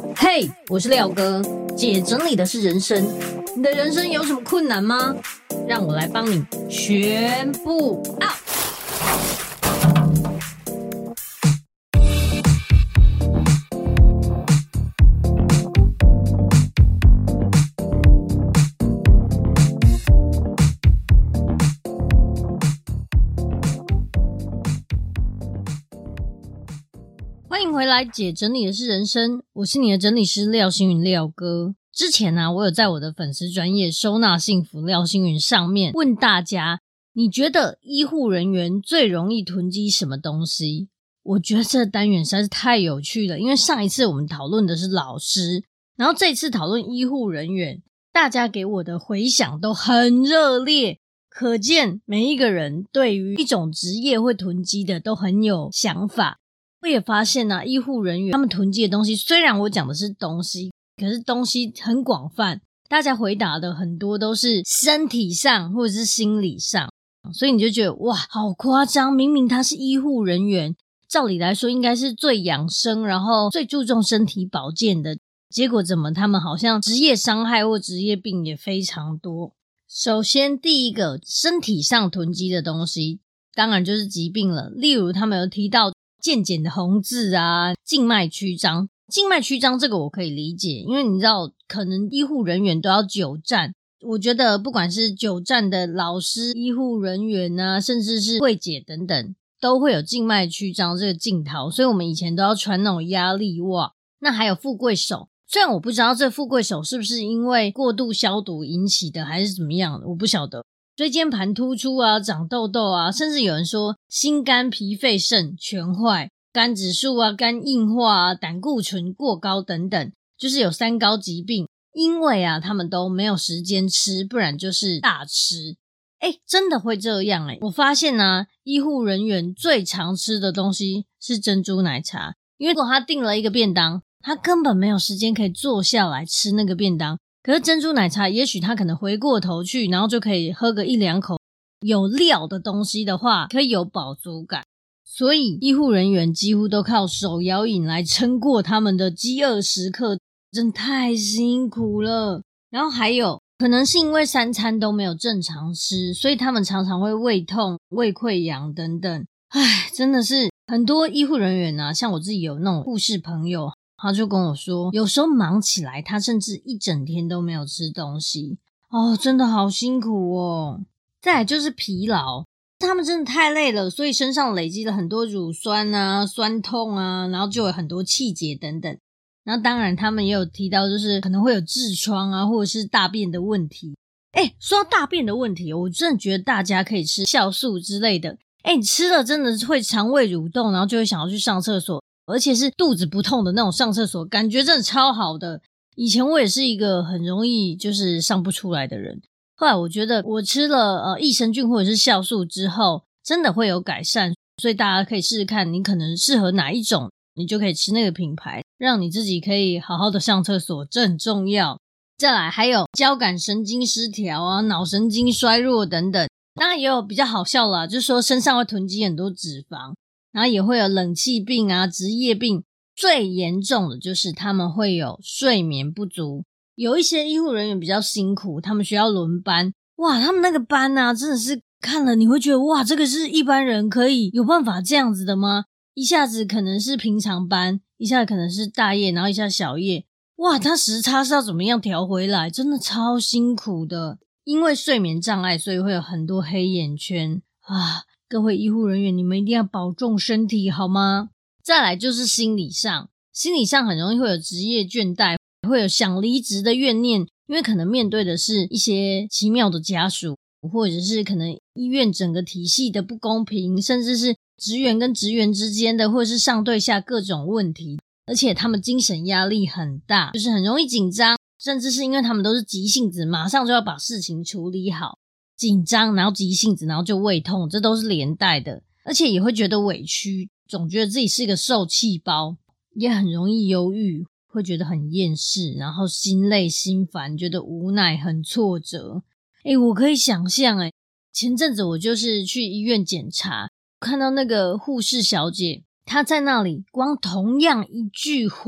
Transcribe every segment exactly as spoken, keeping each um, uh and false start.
嘿、hey, 我是廖哥，姐整理的是人生，你的人生有什么困难吗？让我来帮你全部 out。欢迎回来，姐整理的是人生，我是你的整理师廖星云廖哥。之前啊，我有在我的粉丝专页收纳幸福廖星云上面问大家，你觉得医护人员最容易囤积什么东西？我觉得这个单元实在是太有趣了，因为上一次我们讨论的是老师，然后这一次讨论医护人员，大家给我的回响都很热烈，可见每一个人对于一种职业会囤积的都很有想法。我也发现啊，医护人员他们囤积的东西，虽然我讲的是东西，可是东西很广泛，大家回答的很多都是身体上或者是心理上，所以你就觉得哇，好夸张，明明他是医护人员，照理来说应该是最养生，然后最注重身体保健的，结果怎么他们好像职业伤害或职业病也非常多。首先第一个，身体上囤积的东西当然就是疾病了，例如他们有提到健检的红字啊，静脉曲张。静脉曲张这个我可以理解，因为你知道可能医护人员都要久站，我觉得不管是久站的老师、医护人员啊，甚至是柜姐等等，都会有静脉曲张这个镜头，所以我们以前都要穿那种压力袜。那还有富贵手，虽然我不知道这富贵手是不是因为过度消毒引起的还是怎么样的，我不晓得。椎间盘突出啊，长痘痘啊，甚至有人说心肝脾肺肾全坏，肝指数啊，肝硬化啊，胆固醇过高等等，就是有三高疾病，因为啊他们都没有时间吃，不然就是大吃。诶真的会这样诶我发现啊，医护人员最常吃的东西是珍珠奶茶，因为如果他订了一个便当，他根本没有时间可以坐下来吃那个便当，可是珍珠奶茶也许他可能回过头去，然后就可以喝个一两口有料的东西的话，可以有饱足感。所以医护人员几乎都靠手摇饮来撑过他们的饥饿时刻，真太辛苦了。然后还有可能是因为三餐都没有正常吃，所以他们常常会胃痛、胃溃疡等等。唉，真的是很多医护人员啊，像我自己有那种护士朋友，他就跟我说，有时候忙起来他甚至一整天都没有吃东西哦，真的好辛苦哦。再来就是疲劳，他们真的太累了，所以身上累积了很多乳酸啊、酸痛啊，然后就有很多气结等等。然后当然他们也有提到就是可能会有痔疮啊，或者是大便的问题。诶说到大便的问题，我真的觉得大家可以吃酵素之类的，诶你吃了真的会肠胃蠕动，然后就会想要去上厕所，而且是肚子不痛的那种上厕所，感觉真的超好的。以前我也是一个很容易就是上不出来的人，后来我觉得我吃了呃益生菌或者是酵素之后真的会有改善，所以大家可以试试看你可能适合哪一种，你就可以吃那个品牌，让你自己可以好好的上厕所，这很重要。再来还有交感神经失调啊、脑神经衰弱等等。当然也有比较好笑啦，就是说身上会囤积很多脂肪，然后也会有冷气病啊、职业病，最严重的就是他们会有睡眠不足。有一些医护人员比较辛苦，他们需要轮班，哇他们那个班啊真的是看了你会觉得哇这个是一般人可以有办法这样子的吗？一下子可能是平常班，一下子可能是大夜，然后一下小夜，哇他时差是要怎么样调回来，真的超辛苦的。因为睡眠障碍，所以会有很多黑眼圈啊！各位医护人员，你们一定要保重身体好吗？再来就是心理上，心理上很容易会有职业倦怠，会有想离职的怨念，因为可能面对的是一些奇妙的家属，或者是可能医院整个体系的不公平，甚至是职员跟职员之间的，或者是上对下各种问题，而且他们精神压力很大，就是很容易紧张，甚至是因为他们都是急性子，马上就要把事情处理好，紧张然后急性子，然后就胃痛，这都是连带的，而且也会觉得委屈，总觉得自己是一个受气包，也很容易忧郁，会觉得很厌世，然后心累心烦，觉得无奈很挫折。诶我可以想象诶前阵子我就是去医院检查，看到那个护士小姐，她在那里光同样一句话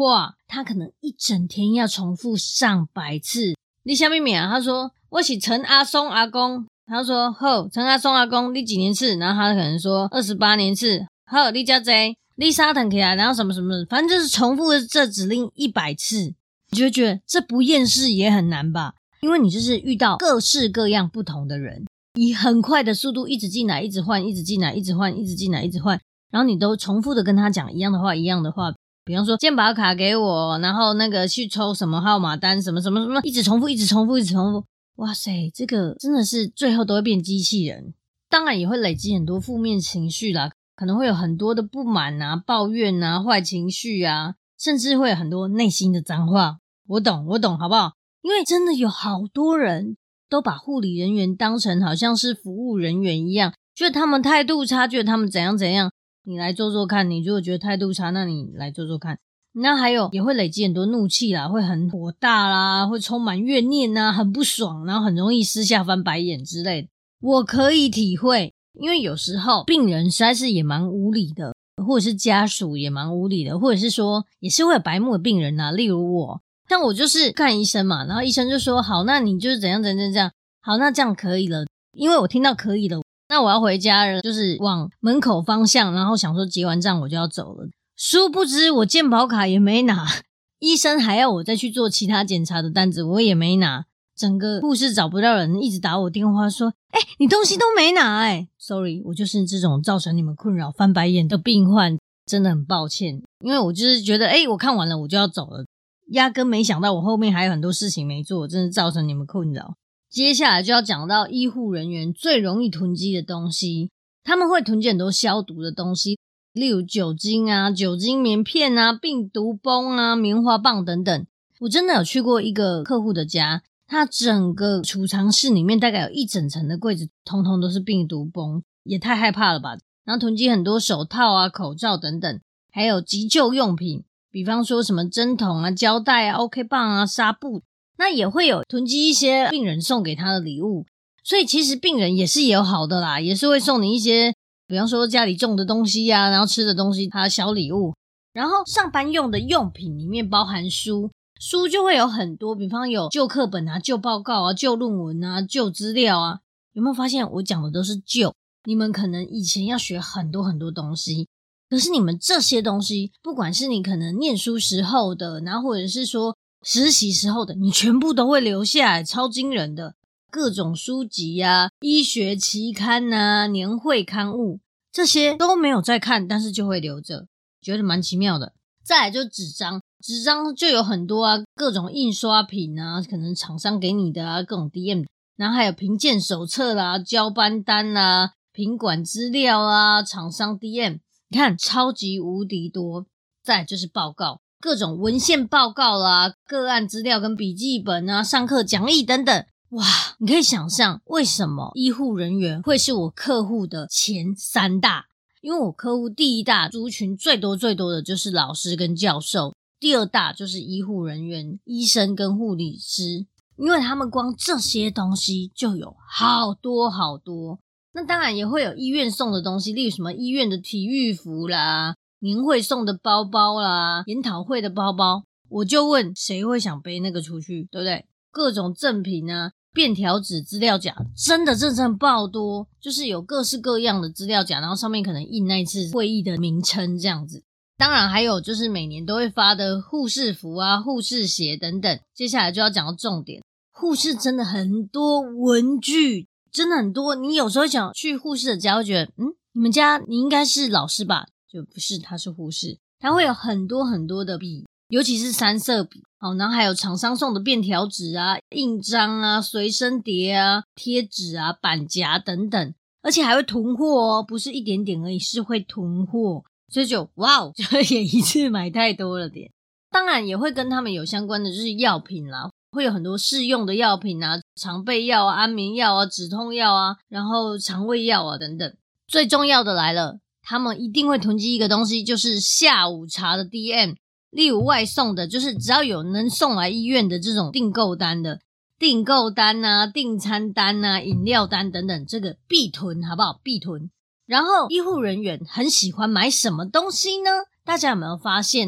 他可能一整天要重复上百次。你什么名啊？他说我是陈阿松阿公。他说好，陈阿松阿公你几年次？然后他可能说二十八年次。好，你叫谁？你沙腾起来，然后什么什么，反正就是重复这指令一百次。你就会觉得这不厌世也很难吧？因为你就是遇到各式各样不同的人，以很快的速度一直进来，一直换，一直进来，一直换，一直进来，一直换，然后你都重复的跟他讲一样的话，一样的话。比方说健保卡给我，然后那个去抽什么号码单，什么什么什么，一直重复，一直重复，一直重复。哇塞，这个真的是最后都会变机器人。当然也会累积很多负面情绪啦，可能会有很多的不满啊、抱怨啊、坏情绪啊，甚至会有很多内心的脏话。我懂，我懂，好不好？因为真的有好多人都把护理人员当成好像是服务人员一样，觉得他们态度差，觉得他们怎样怎样。你来做做看，你如果觉得态度差，那你来做做看。那还有也会累积很多怒气啦，会很火大啦，会充满怨念啊，很不爽，然后很容易私下翻白眼之类的。我可以体会，因为有时候病人实在是也蛮无理的，或者是家属也蛮无理的，或者是说也是会有白目的病人啊，例如我。但我就是看医生嘛，然后医生就说好，那你就是怎样怎样怎样，好，那这样可以了。因为我听到可以了，那我要回家了，就是往门口方向，然后想说结完账我就要走了。殊不知我健保卡也没拿，医生还要我再去做其他检查的单子我也没拿，整个护士找不到人，一直打我电话说诶、欸、你东西都没拿诶、欸、sorry， 我就是这种造成你们困扰翻白眼的病患，真的很抱歉。因为我就是觉得诶、欸、我看完了我就要走了，压根没想到我后面还有很多事情没做，真的造成你们困扰。接下来就要讲到医护人员最容易囤积的东西，他们会囤积很多消毒的东西，例如酒精啊、酒精棉片啊、病毒碉啊、棉花棒等等。我真的有去过一个客户的家，他整个储藏室里面大概有一整层的柜子通通都是病毒碉，也太害怕了吧。然后囤积很多手套啊、口罩等等，还有急救用品，比方说什么针筒啊、胶带啊、OK 棒啊、纱布，那也会有囤积一些病人送给他的礼物。所以其实病人也是有好的啦，也是会送你一些比方说家里种的东西啊，然后吃的东西，他的小礼物。然后上班用的用品里面包含书，书就会有很多，比方有旧课本啊、旧报告啊、旧论文啊、旧资料啊。有没有发现我讲的都是旧？你们可能以前要学很多很多东西，可是你们这些东西，不管是你可能念书时候的，然后或者是说实习时候的，你全部都会留下来，超惊人的。各种书籍啊、医学期刊啊、年会刊物，这些都没有在看，但是就会留着，觉得蛮奇妙的。再来就纸张，纸张就有很多啊，各种印刷品啊，可能厂商给你的啊，各种 D M， 然后还有评鉴手册啦、交班单啦、品管资料啊、厂商 D M， 你看超级无敌多。再来就是报告，各种文献报告啦、个案资料跟笔记本啊、上课讲义等等。哇，你可以想象为什么医护人员会是我客户的前三大，因为我客户第一大族群最多最多的就是老师跟教授，第二大就是医护人员、医生跟护理师，因为他们光这些东西就有好多好多。那当然也会有医院送的东西，例如什么医院的体育服啦、年会送的包包啦、研讨会的包包，我就问谁会想背那个出去，对不对？各种赠品啊、便条纸、资料夹，真的真的爆多，就是有各式各样的资料夹，然后上面可能印那一次会议的名称这样子。当然还有就是每年都会发的护士服啊、护士鞋等等。接下来就要讲到重点，护士真的很多文具，真的很多。你有时候想去护士的家会觉得嗯，你们家你应该是老师吧，就不是，他是护士。他会有很多很多的笔，尤其是三色笔，好，然后还有厂商送的便条纸啊、印章啊、随身碟啊、贴纸啊、板夹等等，而且还会囤货哦，不是一点点而已，是会囤货，所以就哇哦，就也一次买太多了点。当然也会跟他们有相关的就是药品啦，会有很多试用的药品啊，常备药啊、安眠药啊、止痛药啊，然后肠胃药啊等等。最重要的来了，他们一定会囤积一个东西，就是下午茶的 D M。例如外送的，就是只要有能送来医院的这种订购单的订购单啊、订餐单啊、饮料单等等，这个必囤，好不好？必囤。然后医护人员很喜欢买什么东西呢？大家有没有发现啊？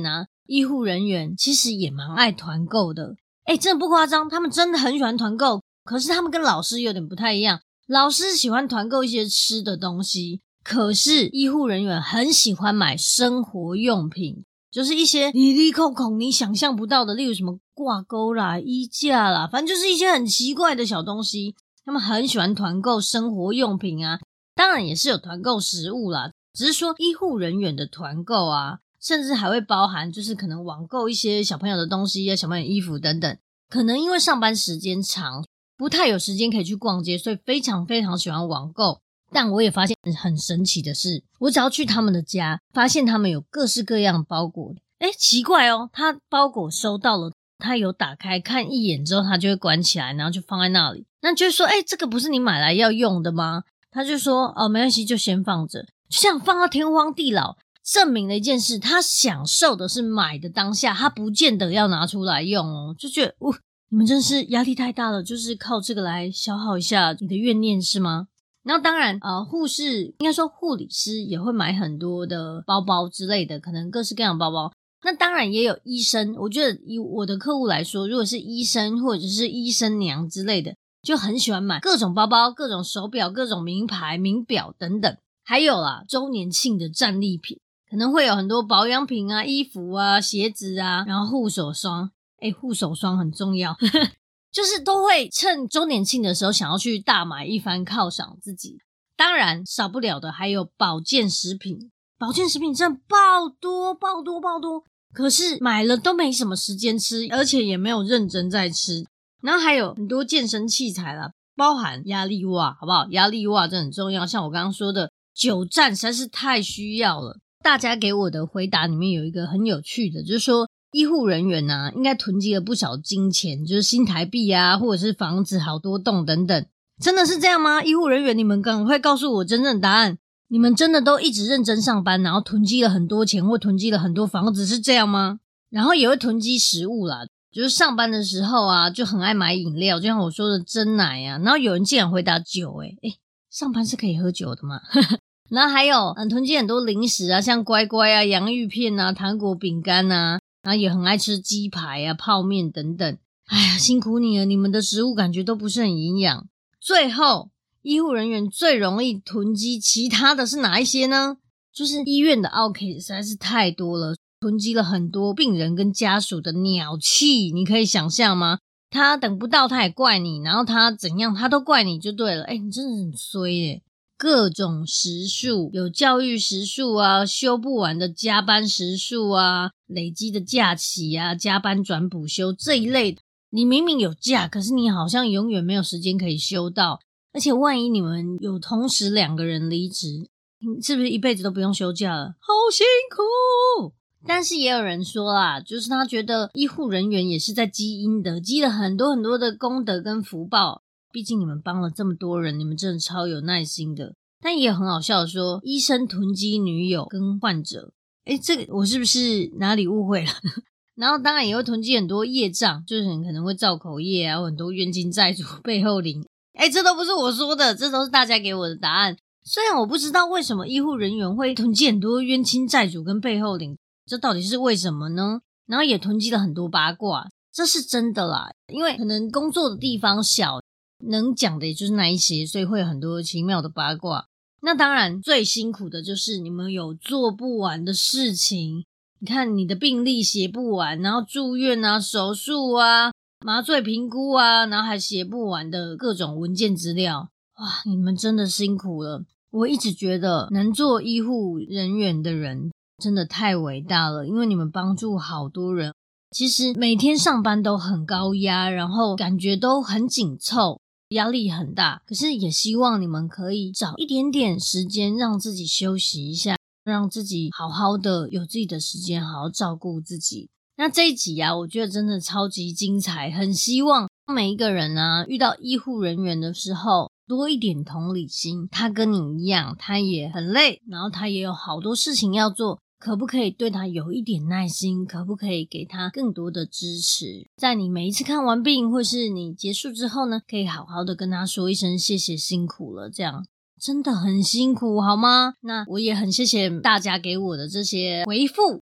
医护人员其实也蛮爱团购的。诶，真的不夸张，他们真的很喜欢团购，可是他们跟老师有点不太一样。老师喜欢团购一些吃的东西，可是医护人员很喜欢买生活用品，就是一些里里扣扣你想象不到的，例如什么挂钩啦、衣架啦，反正就是一些很奇怪的小东西。他们很喜欢团购生活用品啊，当然也是有团购食物啦，只是说医护人员的团购啊，甚至还会包含就是可能网购一些小朋友的东西啊、小朋友衣服等等。可能因为上班时间长，不太有时间可以去逛街，所以非常非常喜欢网购。但我也发现很神奇的是，我只要去他们的家，发现他们有各式各样的包裹。诶，奇怪哦，他包裹收到了，他有打开看一眼之后，他就会关起来，然后就放在那里。那就说，诶，这个不是你买来要用的吗？他就说，哦，没关系，就先放着，就这样放到天荒地老。证明了一件事，他享受的是买的当下，他不见得要拿出来用哦，就觉得，哦，你们真是压力太大了，就是靠这个来消耗一下你的怨念是吗？然后当然呃，护士应该说护理师也会买很多的包包之类的，可能各式各样的包包。那当然也有医生，我觉得以我的客户来说，如果是医生或者是医生娘之类的，就很喜欢买各种包包、各种手表、各种名牌、名表等等。还有啦，周年庆的战利品，可能会有很多保养品啊、衣服啊、鞋子啊，然后护手霜。诶，护手霜很重要。就是都会趁周年庆的时候想要去大买一番犒赏自己。当然少不了的还有保健食品，保健食品真的爆多爆多爆多，可是买了都没什么时间吃，而且也没有认真在吃。然后还有很多健身器材啦，包含压力袜，好不好？压力袜真的很重要，像我刚刚说的久站实在是太需要了。大家给我的回答里面有一个很有趣的，就是说医护人员啊，应该囤积了不少金钱，就是新台币啊，或者是房子好多栋等等。真的是这样吗？医护人员，你们赶快告诉我真正的答案。你们真的都一直认真上班，然后囤积了很多钱，或囤积了很多房子，是这样吗？然后也会囤积食物啦，就是上班的时候啊，就很爱买饮料，就像我说的珍奶啊。然后有人竟然回答酒，诶诶上班是可以喝酒的吗？然后还有嗯，囤积很多零食啊，像乖乖啊、洋芋片啊、糖果、饼干啊，然后也很爱吃鸡排啊、泡面等等。哎呀，辛苦你了，你们的食物感觉都不是很营养。最后，医护人员最容易囤积其他的是哪一些呢？就是医院的 O K 实在是太多了，囤积了很多病人跟家属的鸟气，你可以想象吗？他等不到他也怪你，然后他怎样他都怪你就对了。诶你真的很衰耶。各种时数，有教育时数啊，休不完的加班时数啊，累积的假期啊，加班转补休这一类的。你明明有假，可是你好像永远没有时间可以休到。而且万一你们有同时两个人离职，是不是一辈子都不用休假了？好辛苦。但是也有人说啦，就是他觉得医护人员也是在积阴德，积了很多很多的功德跟福报。毕竟你们帮了这么多人，你们真的超有耐心的。但也有很好笑的说，医生囤积女友跟患者，诶这个我是不是哪里误会了？然后当然也会囤积很多业障，就是可能会造口业啊，很多冤亲债主背后灵。诶这都不是我说的，这都是大家给我的答案。虽然我不知道为什么医护人员会囤积很多冤亲债主跟背后灵，这到底是为什么呢？然后也囤积了很多八卦，这是真的啦，因为可能工作的地方小，能讲的也就是那一些，所以会有很多奇妙的八卦。那当然最辛苦的就是你们有做不完的事情，你看你的病历写不完，然后住院啊、手术啊、麻醉评估啊，然后还写不完的各种文件资料。哇，你们真的辛苦了。我一直觉得能做医护人员的人真的太伟大了，因为你们帮助好多人。其实每天上班都很高压，然后感觉都很紧凑，压力很大，可是也希望你们可以找一点点时间让自己休息一下，让自己好好的有自己的时间，好好照顾自己。那这一集啊，我觉得真的超级精彩，很希望每一个人啊遇到医护人员的时候多一点同理心，他跟你一样，他也很累，然后他也有好多事情要做，可不可以对他有一点耐心，可不可以给他更多的支持，在你每一次看完病或是你结束之后呢，可以好好的跟他说一声谢谢辛苦了，这样真的很辛苦好吗？那我也很谢谢大家给我的这些回复，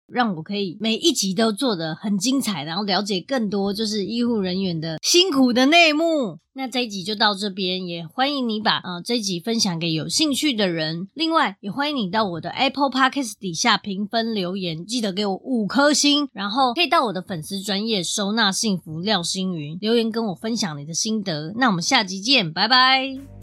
让我可以每一集都做得很精彩，然后了解更多就是医护人员的辛苦的内幕。那这一集就到这边，也欢迎你把呃这一集分享给有兴趣的人。另外也欢迎你到我的 Apple Podcast 底下评分留言，记得给我五颗星，然后可以到我的粉丝专页收纳幸福廖星云留言跟我分享你的心得。那我们下集见，拜拜。